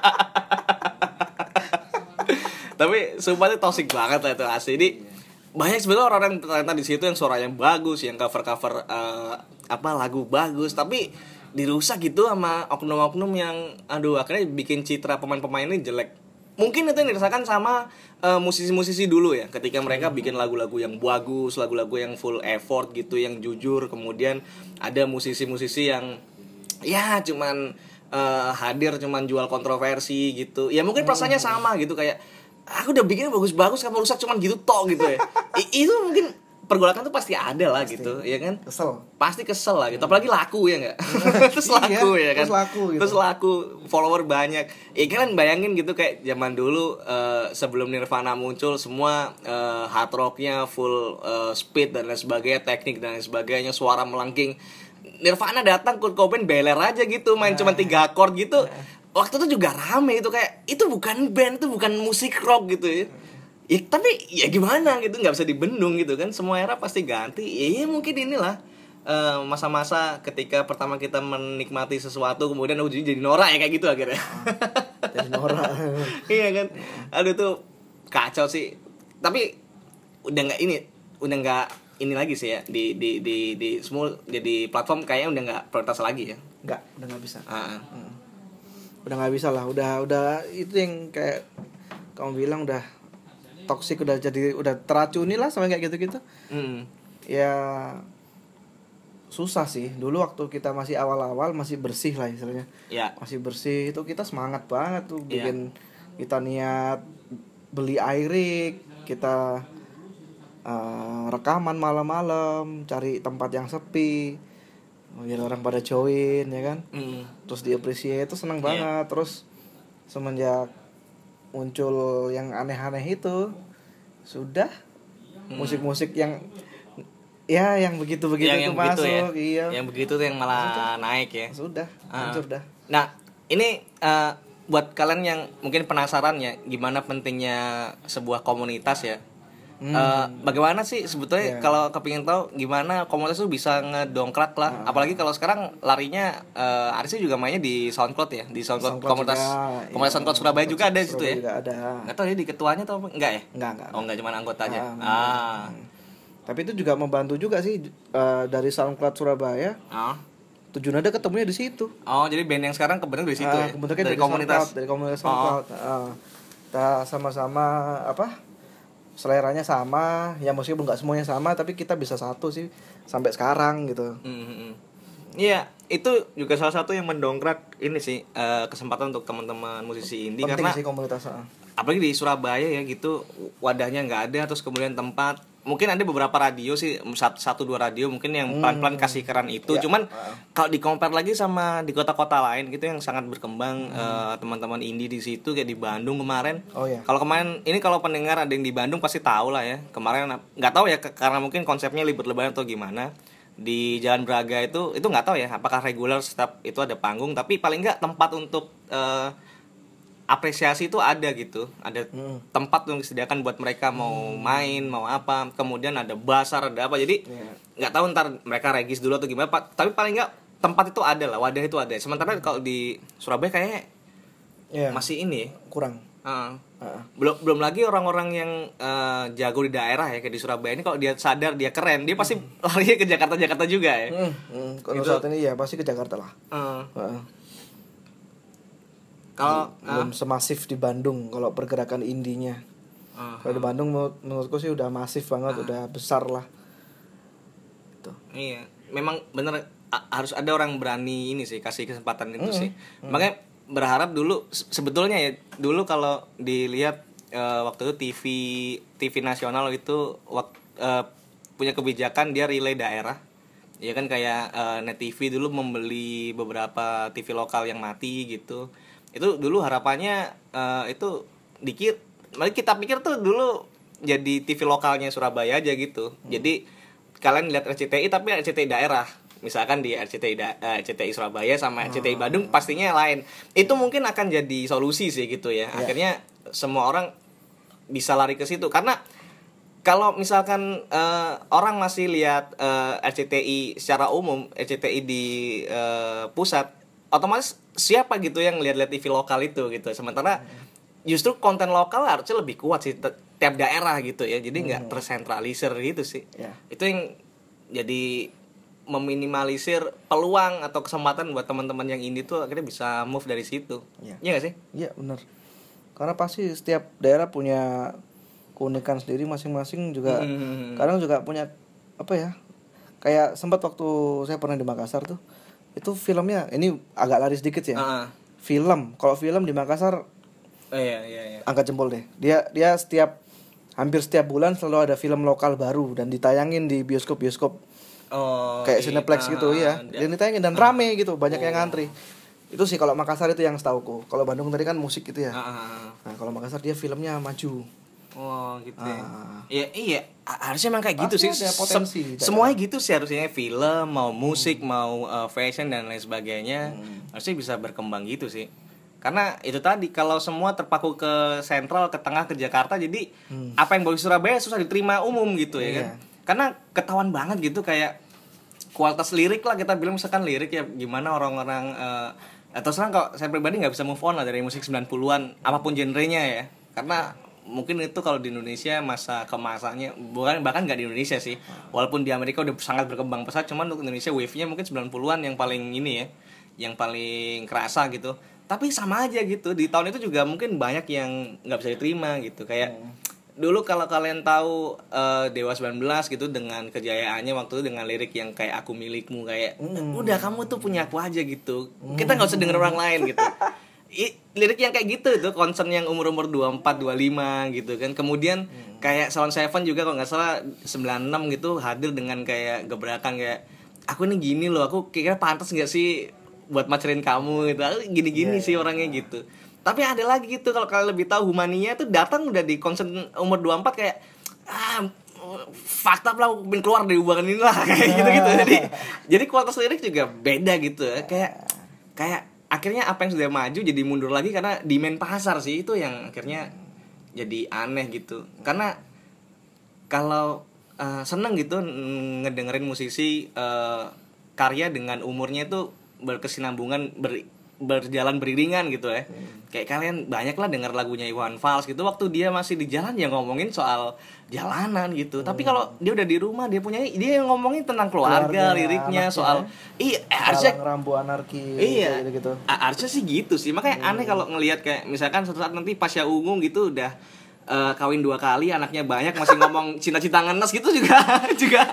Tapi sumpah itu toxic banget lah itu asli. Ini banyak sebenarnya orang yang ternyata di situ yang suaranya bagus, yang cover-cover uh, apa lagu bagus, tapi dirusak gitu sama oknum-oknum yang aduh akhirnya bikin citra pemain-pemain ini jelek. Mungkin itu yang dirasakan sama uh, musisi-musisi dulu ya, ketika mereka bikin lagu-lagu yang bagus, lagu-lagu yang full effort gitu, yang jujur. Kemudian ada musisi-musisi yang ya cuman uh, hadir cuman jual kontroversi gitu. Ya mungkin perasaannya sama gitu, kayak aku udah bikin bagus-bagus, kamu rusak cuman gitu tok gitu ya. I- itu mungkin pergolakan tuh pasti ada lah pasti. Gitu, ya kan? Kesel. Pasti kesel lah gitu. Apalagi laku ya enggak? Terus laku ya kan? Terus laku gitu. Terus laku, follower banyak. Ya kan bayangin gitu kayak zaman dulu uh, sebelum Nirvana muncul, semua uh, hard rocknya full uh, speed dan lain sebagainya, teknik dan lain sebagainya, suara melengking. Nirvana datang, Kurt Cobain beler aja gitu, main nah. cuma tiga chord gitu. Nah. Waktu itu juga rame itu, kayak itu bukan band, itu bukan musik rock gitu ya. Ya, tapi ya gimana gitu, nggak bisa dibendung gitu kan, semua era pasti ganti. Ya, ya mungkin inilah uh, masa-masa ketika pertama kita menikmati sesuatu kemudian ujungnya jadi norak ya, kayak gitu akhirnya. Jadi norak. Iya kan, aduh tuh kacau sih. Tapi udah nggak ini, udah nggak ini lagi sih ya, di di di di Smule jadi platform kayaknya udah nggak prioritas lagi ya. Nggak, udah nggak bisa. Uh-huh. Hmm. Udah nggak bisa lah, udah udah itu yang kayak kamu bilang udah toksik, udah jadi udah teracuni lah sama kayak gitu-gitu. Mm. Ya susah sih. Dulu waktu kita masih awal-awal masih bersih lah istilahnya. Yeah. Masih bersih itu kita semangat banget tuh bikin, yeah. Kita niat beli iRig, kita uh, rekaman malam-malam, cari tempat yang sepi. Oh, ya orang pada join ya kan. Mm. Terus diapresiasi itu senang Iya. banget. Terus semenjak muncul yang aneh-aneh itu sudah Hmm. musik-musik yang ya yang begitu-begitu yang, itu yang begitu ya, masuk, iya. yang begitu tuh yang malah naik ya. Sudah, Ah. hancur dah. Nah, ini eh, buat kalian yang mungkin penasaran ya, gimana pentingnya sebuah komunitas ya. Hmm. Eh, bagaimana sih sebetulnya Iya. kalau kepingin tahu gimana komunitas itu bisa ngedongkrak lah, apalagi kalau sekarang larinya uh, Arsy juga mainnya di SoundCloud ya, di SoundCloud, SoundCloud komunitas juga, komunitas iya. SoundCloud Surabaya juga ada di situ Surabaya ya. juga ada. Nggak tahu ya di ketuanya atau apa? Enggak ya? Enggak, enggak. Oh, enggak cuma anggota aja. Ah, Ah. Tapi itu juga membantu juga sih eh, dari SoundCloud Surabaya. Oh. Tujuh Nada ketemunya di situ. Oh, jadi band yang sekarang kebetulan dari situ Ah, ya. kebentuknya Dari, komunitas. SoundCloud, dari komunitas Oh. SoundCloud. Ah. Kita sama-sama apa? Seleranya sama, ya meskipun nggak semuanya sama, tapi kita bisa satu sih sampai sekarang gitu. Hmm. Iya, itu juga salah satu yang mendongkrak ini sih eh, kesempatan untuk teman-teman musisi indie. Penting karena sih komunitas. Ah. apalagi di Surabaya ya gitu, wadahnya nggak ada, terus kemudian tempat mungkin ada beberapa radio sih, satu, satu dua radio mungkin yang pelan-pelan kasih keran itu. Ya. Cuman Ah. kalau di compare lagi sama di kota-kota lain gitu yang sangat berkembang, eh, teman-teman indie di situ kayak di Bandung kemarin. Oh ya. Kalau kemarin ini kalau pendengar ada yang di Bandung pasti tahu lah ya. Kemarin nggak tahu ya ke- karena mungkin konsepnya libur lebaran atau gimana. Di Jalan Braga itu itu nggak tahu ya apakah regular setiap itu ada panggung, tapi paling nggak tempat untuk eh, apresiasi itu ada gitu. Ada Hmm. tempat yang disediakan buat mereka mau main, mau apa. Kemudian ada basar, ada apa. Jadi Iya. nggak tahu ntar mereka regis dulu atau gimana, Pak. Tapi paling nggak tempat itu ada lah, wadah itu ada. Sementara kalau di Surabaya kayaknya Iya. masih ini ya. kurang. Uh, Ah. belum belum lagi orang-orang yang uh, jago di daerah ya kayak di Surabaya ini, kalau dia sadar dia keren, dia pasti larinya ke Jakarta Jakarta juga ya. Hmm, hmm. Kalau Itu- saat ini ya pasti ke Jakarta lah. Uh, Ah. kalau Belum semasif di Bandung kalau pergerakan indinya. uh, Kalau di Bandung menurut, menurutku sih udah masif banget, Ah. udah besar lah. Tuh. iya, memang bener a- harus ada orang berani ini sih kasih kesempatan itu Hmm, sih. Makanya berharap dulu se- sebetulnya ya dulu kalau dilihat uh, waktu itu T V T V nasional itu wak, uh, punya kebijakan dia relay daerah. Ya kan kayak uh, Net T V dulu membeli beberapa T V lokal yang mati gitu. Itu dulu harapannya uh, itu dikit. Mari kita pikir tuh dulu jadi T V lokalnya Surabaya aja gitu. Jadi kalian lihat R C T I tapi R C T I daerah. Misalkan di R C T I da- eh, R C T I Surabaya sama R C T I Bandung pastinya lain. Itu mungkin akan jadi solusi sih gitu ya. Ya. Akhirnya semua orang bisa lari ke situ karena kalau misalkan eh, orang masih lihat eh, R C T I secara umum, R C T I di eh, pusat, otomatis siapa gitu yang lihat-lihat T V lokal itu gitu. Sementara justru konten lokal harusnya lebih kuat sih te- tiap daerah gitu ya. Jadi nggak tersentralisir gitu sih. Ya. Itu yang jadi meminimalisir peluang atau kesempatan buat teman-teman yang indie tuh akhirnya bisa move dari situ. Iya. Iya nggak sih? Iya benar. Karena pasti setiap daerah punya keunikan sendiri masing-masing juga. Hmm. Kadang juga punya apa ya? Kayak sempat waktu saya pernah di Makassar tuh, itu filmnya ini agak lari sedikit ya. Ah. Film, kalau film di Makassar Oh, iya iya iya. angkat jempol deh. Dia dia setiap hampir setiap bulan selalu ada film lokal baru dan ditayangin di bioskop-bioskop Oh, kayak iya. Cineplex gitu Ah, ya. dia- Dan ditayangin dan rame gitu, banyak yang Oh. ngantri. Itu sih kalau Makassar itu yang setauku. Kalau Bandung tadi kan musik gitu ya. Ah, ah, ah. Nah, kalau Makassar dia filmnya maju. Oh gitu ya. Ah. Iya iya, A- harusnya emang kayak gitu Pasti sih. ada potensi Sem- di daerah. semuanya gitu sih harusnya, film, mau musik, mau uh, fashion dan lain sebagainya. Hmm. Harusnya bisa berkembang gitu sih. Karena itu tadi kalau semua terpaku ke sentral, ke tengah, ke Jakarta, jadi Hmm. apa yang bagus Surabaya susah diterima umum gitu ya kan. Iya. Karena ketahuan banget gitu kayak kualitas lirik lah, kita bilang misalkan lirik ya gimana orang-orang uh, atau sekarang kalau saya pribadi nggak bisa move on lah dari musik sembilan puluhan apapun genrenya ya. Karena mungkin itu kalau di Indonesia masa kemasannya bukan, bahkan nggak di Indonesia sih, walaupun di Amerika udah sangat berkembang pesat, cuman untuk Indonesia wave-nya mungkin sembilan puluhan yang paling ini ya, yang paling kerasa gitu. Tapi sama aja gitu, di tahun itu juga mungkin banyak yang nggak bisa diterima gitu. Kayak dulu kalau kalian tahu eh, Dewa sembilan belas gitu dengan kejayaannya waktu itu dengan lirik yang kayak aku milikmu, kayak udah kamu tuh punya aku aja gitu, kita nggak usah denger orang lain gitu. I, lirik yang kayak gitu itu concern yang umur-umur dua puluh empat, dua puluh lima gitu kan. Kemudian kayak Salon Seven juga kalau nggak salah sembilan puluh enam gitu hadir dengan kayak gebrakan kayak aku nih gini loh, aku kira pantas nggak sih buat macerin kamu gitu, aku gini-gini yeah, sih yeah. orangnya gitu. Tapi ada lagi gitu, kalau kalian lebih tahu, Humania tuh datang udah di konsen umur dua puluh empat kayak ah fakta lah, aku pengen keluar dari hubungan ini lah kayak gitu-gitu. Jadi jadi kualitas lirik juga beda gitu ya. Kayak kayak akhirnya apa yang sudah maju jadi mundur lagi karena demand pasar sih, itu yang akhirnya jadi aneh gitu. Karena kalau uh, seneng gitu ngedengerin musisi uh, karya dengan umurnya itu berkesinambungan, ber, berjalan beriringan gitu ya. Hmm. Kayak kalian banyak lah dengar lagunya Iwan Fals gitu, waktu dia masih di jalan ya ngomongin soal jalanan gitu. Hmm. Tapi kalau dia udah di rumah, dia punya dia yang ngomongin tentang keluarga, keluarga liriknya soal iya eh, harusnya rambu anarki iya, gitu. Harusnya sih gitu sih. Makanya hmm. aneh kalau ngelihat kayak misalkan suatu saat nanti Pasha Ungu gitu udah uh, kawin dua kali, anaknya banyak, masih ngomong cinta-cinta ngenes gitu juga juga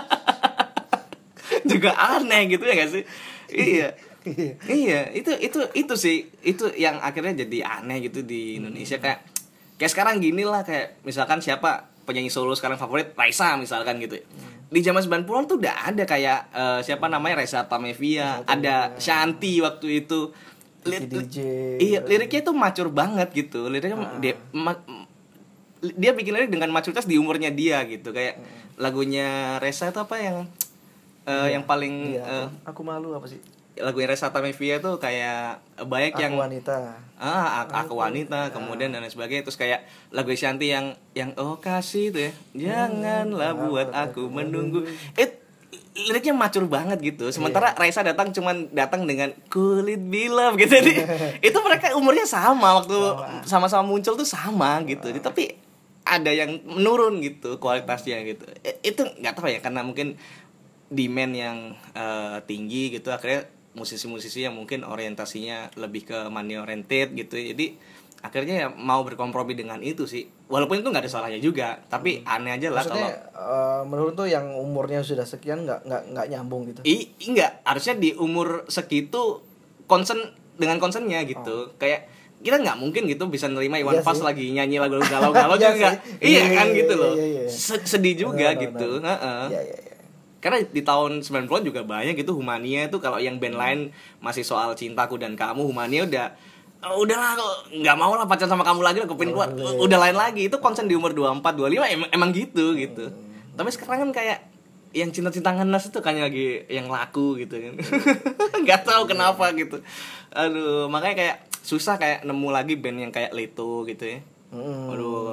juga aneh gitu ya gak sih? Iya. Iya, itu itu itu sih itu yang akhirnya jadi aneh gitu di Indonesia. Kayak kayak sekarang gini lah, kayak misalkan siapa penyanyi solo sekarang favorit, Raisa misalkan gitu. Di zaman sembilan puluhan tuh udah ada kayak uh, siapa namanya Reza Tamevia, ada Shanti waktu itu. Lir- D J. Iya, liriknya tuh mature banget gitu. Liriknya ah. dia ma- dia bikin lirik dengan maturitas di umurnya dia gitu. Kayak hmm. lagunya Reza itu apa yang uh, iya, yang paling iya, uh, aku malu apa sih? Lagu Reza Tamevia tuh kayak banyak aku yang wanita. Ah, aku, aku wanita, kemudian dan lain sebagainya. Terus kayak lagu Shanti yang yang oh kasih tuh ya. Janganlah hmm, buat aku menunggu. It liriknya macur banget gitu. Sementara yeah. Raisa datang cuman datang dengan kulit bilam gitu. Jadi itu mereka umurnya sama waktu sama. sama-sama muncul tuh sama gitu. Jadi, tapi ada yang menurun gitu kualitasnya gitu. Itu enggak tahu ya, karena mungkin demand yang uh, tinggi gitu, akhirnya musisi-musisi yang mungkin orientasinya lebih ke money oriented gitu, jadi akhirnya ya mau berkompromi dengan itu sih, walaupun itu nggak ada salahnya juga, tapi hmm. aneh aja lah. Maksudnya, kalau uh, menurut tuh yang umurnya sudah sekian nggak nggak nggak nyambung gitu. I enggak, harusnya di umur segitu concern dengan concernnya gitu. Oh. Kayak kita nggak mungkin gitu bisa nerima Iwan iya Fals lagi nyanyi lagu galau-galau juga nggak, iya kan gitu loh, sedih juga gitu. Heeh. Iya iya. Karena di tahun sembilan puluhan juga banyak gitu Humania itu, kalau yang band hmm. lain masih soal cintaku dan kamu, Humania udah oh, udahlah nggak mau lah pacaran sama kamu lagi, aku pengen keluar, oh, udah lain lagi. Itu konsen di umur dua puluh empat, dua puluh lima emang, emang gitu gitu. Hmm. Tapi sekarang kan kayak yang cinta-cinta ngenes itu kan lagi yang laku gitu kan. Nggak tahu kenapa gitu. Aduh, makanya kayak susah kayak nemu lagi band yang kayak Leto gitu ya. Hmm. Aduh.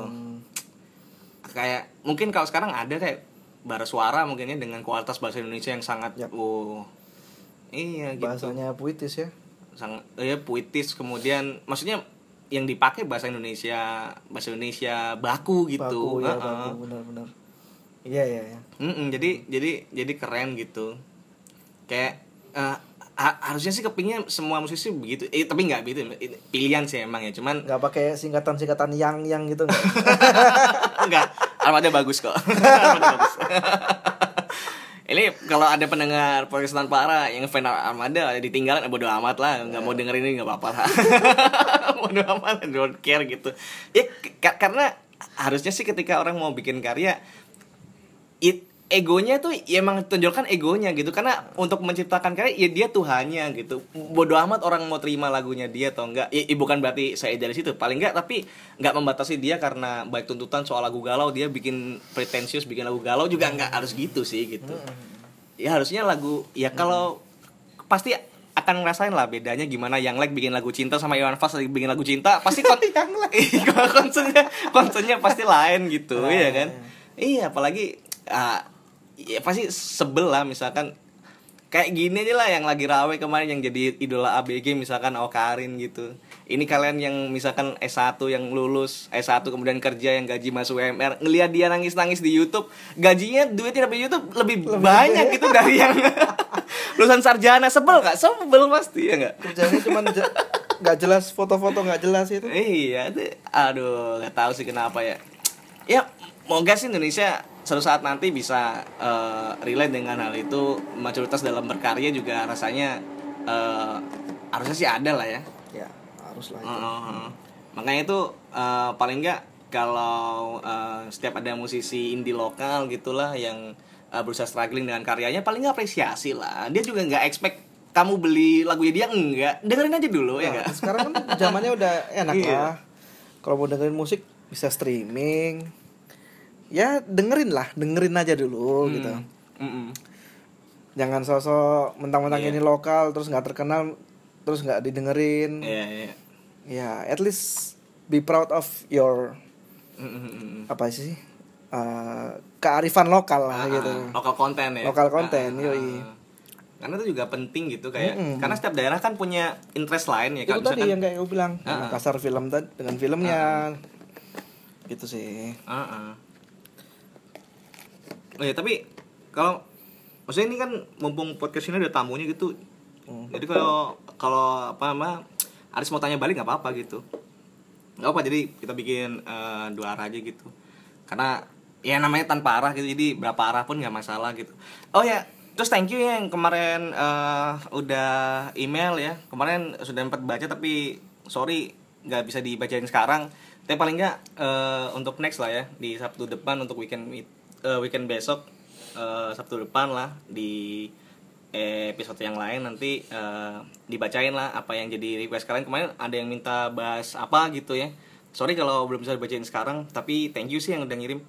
Kayak mungkin kalau sekarang ada kayak Bara Suara mungkinnya dengan kualitas bahasa Indonesia yang sangat yep. oh iya gitu. Bahasanya puitis ya. Sangat ya puitis, kemudian maksudnya yang dipakai bahasa Indonesia, bahasa Indonesia baku gitu. Baku ya, uh-uh. baku benar-benar. Iya iya ya. Mm-mm, jadi jadi jadi keren gitu. Kayak uh, ha- harusnya sih kepingnya semua musisi begitu. Eh tapi enggak gitu. Pilihan sih emang ya, cuman enggak pakai singkatan-singkatan yang-yang gitu enggak. Enggak. Armada bagus kok. Armada bagus. Ini kalau ada pendengar podcast tanpa arah yang fan Armada ditinggalin, bodo amat lah, nggak mau dengerin ini nggak apa-apa lah. Bodo amat, don't care gitu. Ya k- karena harusnya sih ketika orang mau bikin karya, it, egonya tuh ya emang tunjukkan egonya gitu, karena untuk menciptakan karya ya dia Tuhannya gitu. Bodo amat orang mau terima lagunya dia atau enggak. Ya, ya bukan berarti saya dari situ, paling enggak, tapi enggak membatasi dia karena baik tuntutan soal lagu galau dia bikin pretensius bikin lagu galau juga enggak harus gitu sih gitu. Ya harusnya lagu ya kalau pasti akan ngerasain lah bedanya gimana yang like bikin lagu cinta sama Iwan Fals lagi bikin lagu cinta, pasti kon- konsennya konsennya pasti lain gitu. Nah, ya kan. Iya, apalagi uh, ya pasti sebel lah misalkan kayak gini aja lah yang lagi rawe kemarin yang jadi idola A B G misalkan Awkarin gitu. Ini kalian yang misalkan S satu yang lulus S satu kemudian kerja yang gaji masuk U M R, ngelihat dia nangis-nangis di YouTube, gajinya duitnya dari YouTube lebih, lebih banyak gitu dari yang lulusan sarjana. Sebel gak? Sebel pasti ya gak? Kerjanya cuma j- gak jelas, foto-foto gak jelas itu. Iya, itu, aduh gak tahu sih kenapa ya. Ya, moga sih Indonesia suatu saat nanti bisa uh, relate dengan hal itu, maturitas dalam berkarya juga rasanya uh, harusnya sih ada lah ya. Ya, harus lah itu. Uh, makanya itu uh, paling enggak kalau uh, setiap ada musisi indie lokal gitulah yang uh, berusaha struggling dengan karyanya, paling nggak apresiasi lah. Dia juga nggak expect kamu beli lagunya dia, enggak, dengerin aja dulu. Nah, ya nggak? Sekarang kan zamannya udah enak Iya. lah. Kalau mau dengerin musik bisa streaming. Ya dengerin lah, dengerin aja dulu Hmm. gitu. Mm-mm. Jangan sosok mentang-mentang Iya. ini lokal terus nggak terkenal terus nggak didengerin. Iya, iya. Ya at least be proud of your Mm-mm. apa sih uh, kearifan lokal lah Ah, gitu. lokal konten ya. Lokal konten, Ah, yoi. Karena itu juga penting gitu kayak, Mm-mm. karena setiap daerah kan punya interest lain ya. Itu Kalau tadi misalkan- yang kayak gue bilang, Ah, ah. Makassar film tadi dengan filmnya. Gitu sih. Ah, ah. Oh ya, tapi kalau maksudnya ini kan mumpung podcast ini ada tamunya gitu. Hmm. Jadi kalau kalau apa apa Aris mau tanya balik nggak apa-apa gitu. Nggak apa, jadi kita bikin eh, dua arah aja gitu. Karena ya namanya tanpa arah gitu, jadi berapa arah pun nggak masalah gitu. Oh ya, terus thank you ya yang kemarin eh, udah email ya. Kemarin sudah sempat baca tapi sorry nggak bisa dibacain sekarang. Tapi paling nggak eh, untuk next lah ya, di Sabtu depan untuk weekend meet- eh, weekend besok, eh, Sabtu depan lah di episode yang lain nanti eh, dibacain lah apa yang jadi request kalian. Kemarin ada yang minta bahas apa gitu ya. Sorry kalau belum bisa dibacain sekarang, tapi thank you sih yang udah ngirim.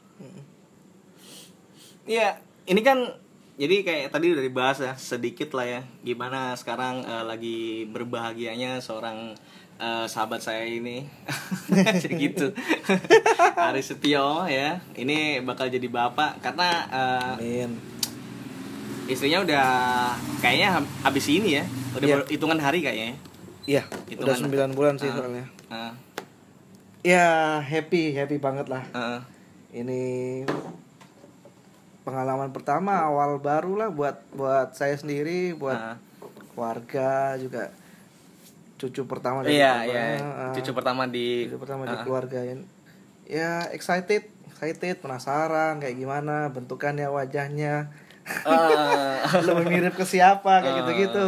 Iya, ini kan jadi kayak tadi udah dibahas ya sedikit lah ya, gimana sekarang eh, lagi berbahagianya seorang eh, sahabat saya ini. Jadi gitu. Aris Setio ya, ini bakal jadi bapak karena eh, Amin. istrinya udah kayaknya hab- habis ini ya, udah Iya. ber- hitungan hari kayaknya. Iya, Itu udah kan- sembilan bulan sih Ah. soalnya. Uh, Ya happy, happy banget lah. uh, Ini pengalaman pertama awal baru lah buat buat saya sendiri, buat uh. keluarga juga. Cucu pertama dari Iya, keluarga. iya. Ah, Cucu pertama di cucu pertama di ah. keluarga. Ya excited, excited, penasaran kayak gimana bentukannya, wajahnya. Ah. Lebih mirip ke siapa kayak Ah. gitu-gitu.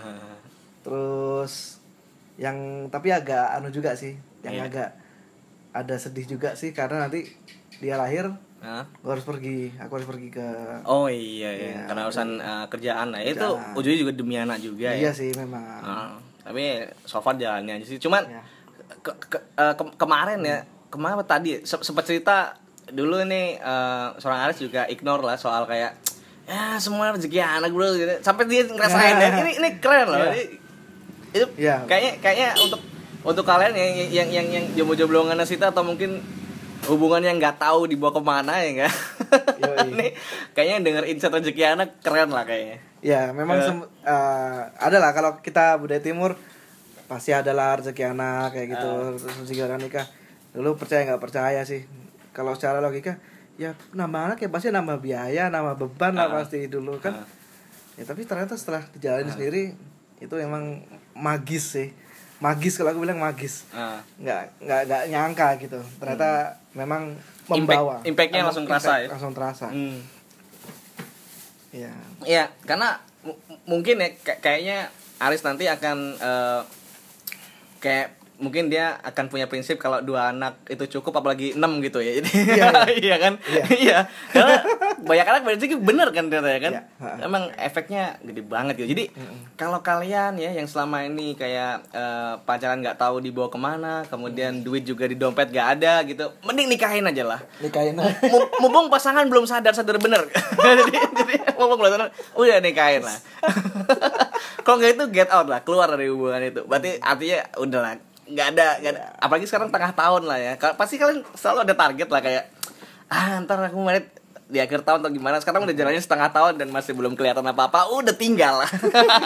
Terus yang tapi agak anu juga sih, yang Iya. agak ada sedih juga sih karena nanti dia lahir, Hah? gue harus pergi, aku harus pergi ke. Oh iya, iya. Iya, Karena urusan uh, kerjaan lah. Itu Kerjaan. ujungnya juga demi anak juga Iya ya. sih memang. Ah, tapi so far jalannya aja sih. Cuman Ya. ke, ke, eh, ke- kemarin ya, kemarin apa tadi se- sempat cerita dulu nih eh, seorang Aris juga ignore lah soal kayak ya semua rezeki anak bro gitu. Sampai dia ngerasain ya. Ini ini keren loh. Iya. Ini- Itu Iya. kayaknya kayaknya untuk untuk kalian yang yang yang yang jomblo-jomblo ngenesita atau mungkin hubungan yang nggak tahu dibawa kemana ya enggak. Yoi. Nih kayaknya denger insight rezeki anak keren lah kayaknya. Ya memang Eh. sem- eh, ada lah kalau kita budaya timur pasti ada lah rezeki anak kayak gitu, Ah. terus rezeki orang nikah. Dulu percaya nggak percaya sih. Kalau secara logika ya nambah anak ya pasti nambah biaya, nambah beban lah Ah. pasti dulu kan. Ah. Ya tapi ternyata setelah dijalani sendiri itu emang magis sih. Magis kalau aku bilang magis. Ah. Nggak nggak nggak nyangka gitu. Ternyata memang membawa. Impact- impact-nya Emang langsung terasa ya? Langsung terasa. Hmm. Iya. Iya, karena m- mungkin ya kay- kayaknya Aris nanti akan eh, kayak mungkin dia akan punya prinsip kalau dua anak itu cukup apalagi enam gitu ya. Jadi Iya, iya. iya kan? Iya. Iya. Karena banyak anak berarti bener kan ternyata ya kan? Iya. Ha. Emang efeknya gede banget gitu. Jadi kalau kalian ya yang selama ini kayak eh, pacaran nggak tahu dibawa kemana, kemudian duit juga di dompet gak ada gitu, mending nikahin aja lah. Nikahin. M- mumpung pasangan belum sadar-sadar bener. jadi, jadi mumpung belum sadar, udah nikahin lah. Kalau nggak itu get out lah, keluar dari hubungan itu. Berarti artinya udah lah, nggak ada, nggak ada. Apalagi sekarang tengah tahun lah ya. Ka- Pasti kalian selalu ada target lah kayak, ah ntar aku married di akhir tahun atau gimana. Sekarang udah jalannya setengah tahun dan masih belum kelihatan apa-apa, udah tinggal lah.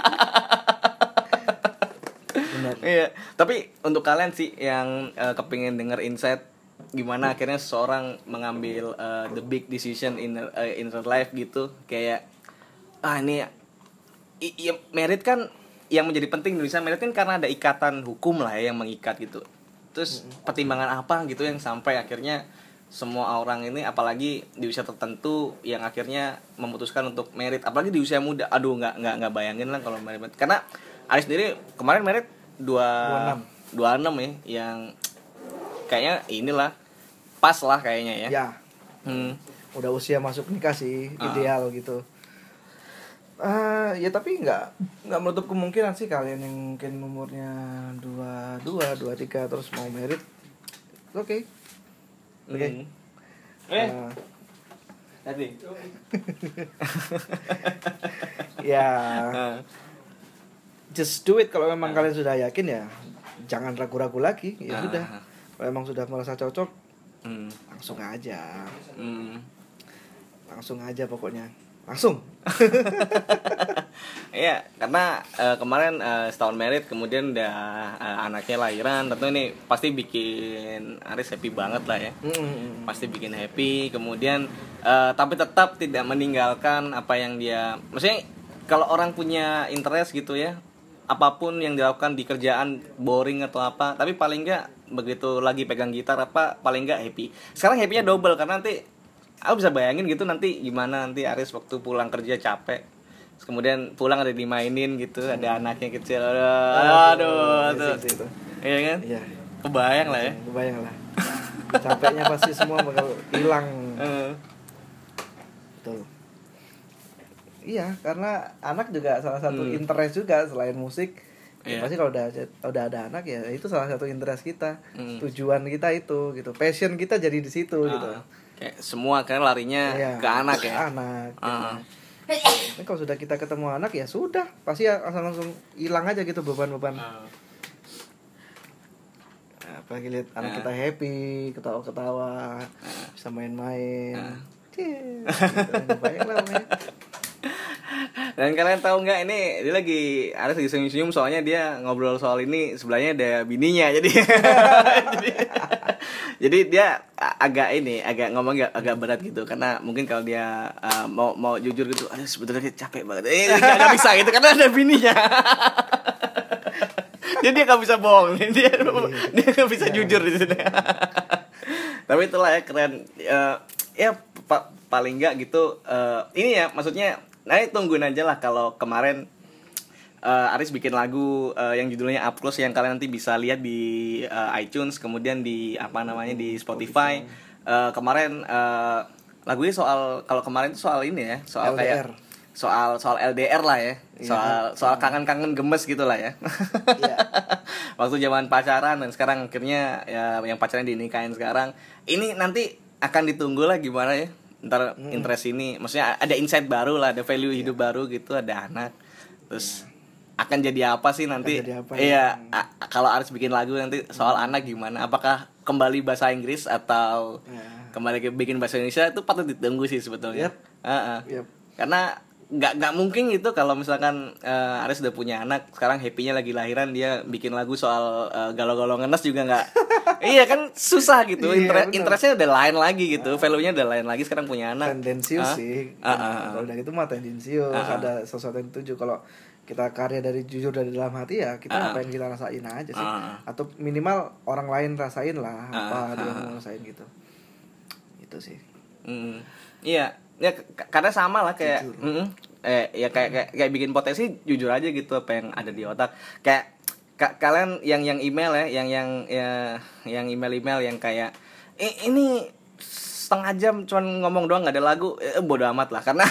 Benar. Iya, tapi untuk kalian sih yang uh, kepingin denger insight gimana akhirnya seseorang mengambil uh, the big decision in uh, in their life gitu, kayak ah ini i- i- merit kan yang menjadi penting di Indonesia, merit kan karena ada ikatan hukum lah ya yang mengikat gitu. Terus pertimbangan apa gitu yang sampai akhirnya semua orang ini apalagi di usia tertentu yang akhirnya memutuskan untuk merit, apalagi di usia muda. Aduh nggak nggak nggak bayangin lah kalau merit. Karena Aris sendiri kemarin merit dua dua enam ya, yang kayaknya inilah pas lah kayaknya ya. Ya. Hmm. udah usia masuk nikah sih, Ah. ideal gitu. Ah, ya tapi nggak nggak menutup kemungkinan sih kalian yang mungkin umurnya dua dua dua tiga terus mau merit, oke okay. oke okay. Hmm. Eh, Ah, tadi. ya Ah. just do it kalau memang kalian sudah yakin ya, jangan ragu-ragu lagi, ya Ah. sudah. Kalau memang sudah merasa cocok, Hmm. langsung aja, Hmm. langsung aja pokoknya, langsung. Iya, karena eh, kemarin eh, setahun merit kemudian udah eh, anaknya lahiran, tentu ini pasti bikin Aris happy banget lah ya. Mm-mm. Pasti bikin happy, kemudian eh, tapi tetap tidak meninggalkan apa yang dia, maksudnya kalau orang punya interest gitu ya, apapun yang dilakukan di kerjaan boring atau apa, tapi paling enggak begitu lagi pegang gitar apa paling enggak happy. Sekarang happy-nya double karena nanti aku bisa bayangin gitu nanti gimana nanti Aris waktu pulang kerja capek. Terus kemudian pulang ada dimainin gitu, ada anaknya kecil. Aduh, aduh, tuh. Amazing sih itu. Iya kan? Iya. Kebayang lah ya. Kebayang lah. Capeknya pasti semua bakal hilang. Heeh. Betul. Iya, karena anak juga salah satu Hmm. interest juga selain musik. Ya Iya. pasti kalau udah udah ada anak ya itu salah satu interest kita. Hmm. Tujuan kita itu gitu. Passion kita jadi di situ gitu. Ah, kayak semua kan larinya Iya, ke anak ke ya. Anak. Ah. Tapi kalau sudah kita ketemu anak ya sudah, pasti langsung langsung hilang aja gitu beban-beban. Ah. Nah, apalagi lihat anak Ah. kita happy, ketawa-ketawa, bisa main-main. Ah. Cie, gitu. Bayang lah pokoknya. Dan kalian tahu nggak ini dia lagi Aris lagi senyum-senyum soalnya dia ngobrol soal ini sebelahnya ada bininya jadi jadi, jadi dia agak ini agak ngomong agak, agak berat gitu karena mungkin kalau dia uh, mau mau jujur gitu, aduh sebetulnya dia capek banget, eh nggak nggak bisa gitu karena ada bininya. Jadi dia nggak bisa bohong, dia dia nggak bisa jujur di sini. Tapi itulah ya keren, uh, ya pa- paling nggak gitu uh, ini ya maksudnya. Nah, tungguin aja lah kalau kemarin uh, Aris bikin lagu uh, yang judulnya Up Close yang kalian nanti bisa lihat di uh, iTunes, kemudian di apa namanya di Spotify. Uh, kemarin uh, lagunya soal kalau kemarin itu soal ini ya, soal L D R. kayak soal soal L D R lah ya. Soal soal kangen-kangen gemes gitu lah ya. Iya. Waktu zaman pacaran dan sekarang akhirnya ya yang pacaran dinikahin sekarang. Ini nanti akan ditunggu lah gimana ya. Ntar hmm. interest ini maksudnya ada insight baru lah, ada value yeah. hidup baru gitu, ada anak terus yeah. akan jadi apa sih nanti apa, iya ya? a- kalau Aris bikin lagu nanti soal hmm. anak gimana, apakah kembali bahasa Inggris atau yeah. kembali ke bikin bahasa Indonesia, itu patut ditunggu sih sebetulnya. Yep. Uh-uh. Yep. Karena nggak nggak mungkin gitu kalau misalkan uh, Aris udah punya anak sekarang happy-nya lagi lahiran dia bikin lagu soal uh, galau-galau ngenes juga nggak. Iya kan susah gitu. Iya, Inter- bener. interestnya udah lain lagi gitu, value-nya udah lain lagi sekarang punya anak. Tendensius Hah? sih. Ah, ah, ah. Kalau udah gitu mah tendensius, Ah, ah. ada sesuatu yang dituju. Kalau kita karya dari jujur dari dalam hati ya kita Ah, ah. apa yang kita rasain aja sih. Ah, ah. Atau minimal orang lain rasain lah Ah, apa dia ah. mau rasain gitu. Itu sih. Mm, iya, ya k- karena sama lah kayak, mm, eh ya kayak, kayak kayak bikin potensi jujur aja gitu apa yang ada di otak. Kayak ka- kalian yang yang email ya, yang yang ya, yang email-email yang kayak eh, ini setengah jam cuman ngomong doang nggak ada lagu, eh, bodo amat lah karena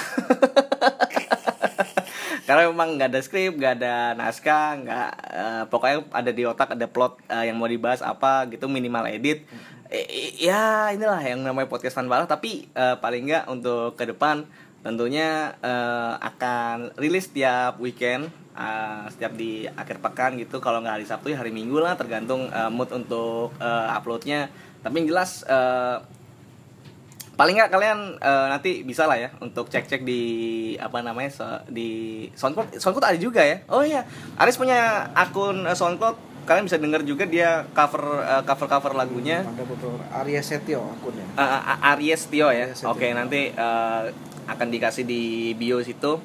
karena memang nggak ada skrip, nggak ada naskah, nggak eh, pokoknya ada di otak ada plot eh, yang mau dibahas apa gitu, minimal edit. Eh, ya inilah yang namanya podcast tanpa arah, tapi eh, paling nggak untuk ke depan tentunya eh, akan rilis tiap weekend, eh, setiap di akhir pekan gitu, kalau nggak hari Sabtu ya hari Minggu lah, tergantung eh, mood untuk eh, uploadnya. Tapi yang jelas eh, paling nggak kalian uh, nanti bisa lah ya untuk cek-cek di apa namanya so, di SoundCloud. SoundCloud ada juga ya. Oh iya, Aris punya akun uh, SoundCloud. Kalian bisa denger juga dia cover uh, cover-cover lagunya. Ada betul Arya Setio akunnya. Uh, uh, Aries Tio ya. Aries Setio. Oke, nanti uh, akan dikasih di bio situ.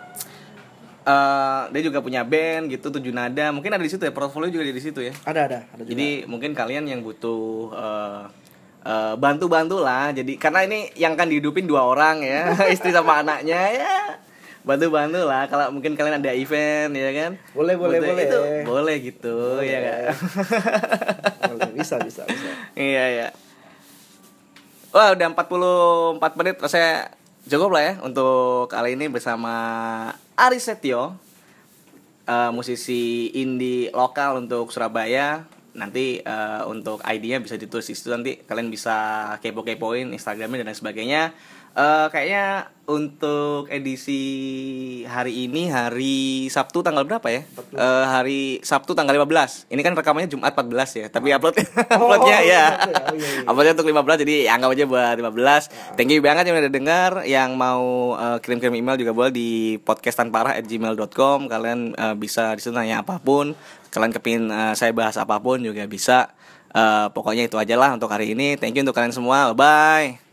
Uh, dia juga punya band gitu, Tujuh Nada. Mungkin ada di situ ya, portfolio juga ada di situ ya. Ada ada ada juga. Jadi mungkin kalian yang butuh uh, uh, bantu-bantu lah. Jadi karena ini yang kan dihidupin dua orang ya, istri sama anaknya ya. Bantu-bantu lah kalau mungkin kalian ada event ya kan. Boleh boleh Butuh boleh. Itu boleh gitu Boleh. ya kan. Boleh, bisa bisa bisa. Iya ya. Wah, udah empat puluh empat menit, rasanya cukup lah ya untuk kali ini bersama Aris Setio, uh, musisi indie lokal untuk Surabaya. Nanti uh, untuk I D-nya bisa ditulis di situ, nanti kalian bisa kepo-kepoin Instagramnya dan lain sebagainya. Uh, kayaknya untuk edisi hari ini hari Sabtu tanggal berapa ya? Uh, hari Sabtu tanggal lima belas. Ini kan rekamannya Jumat empat belas ya, tapi upload uploadnya Oh, ya. oh, iya, iya. Uploadnya untuk lima belas, jadi anggap aja buat lima belas. Thank you banget yang udah dengar. Yang mau uh, kirim-kirim email juga boleh di podcast tanpa arah at gmail dot com. Kalian uh, bisa di situ nanya apapun. Kalian kepin uh, saya bahas apapun juga bisa. Uh, pokoknya itu aja lah untuk hari ini. Thank you untuk kalian semua. Bye.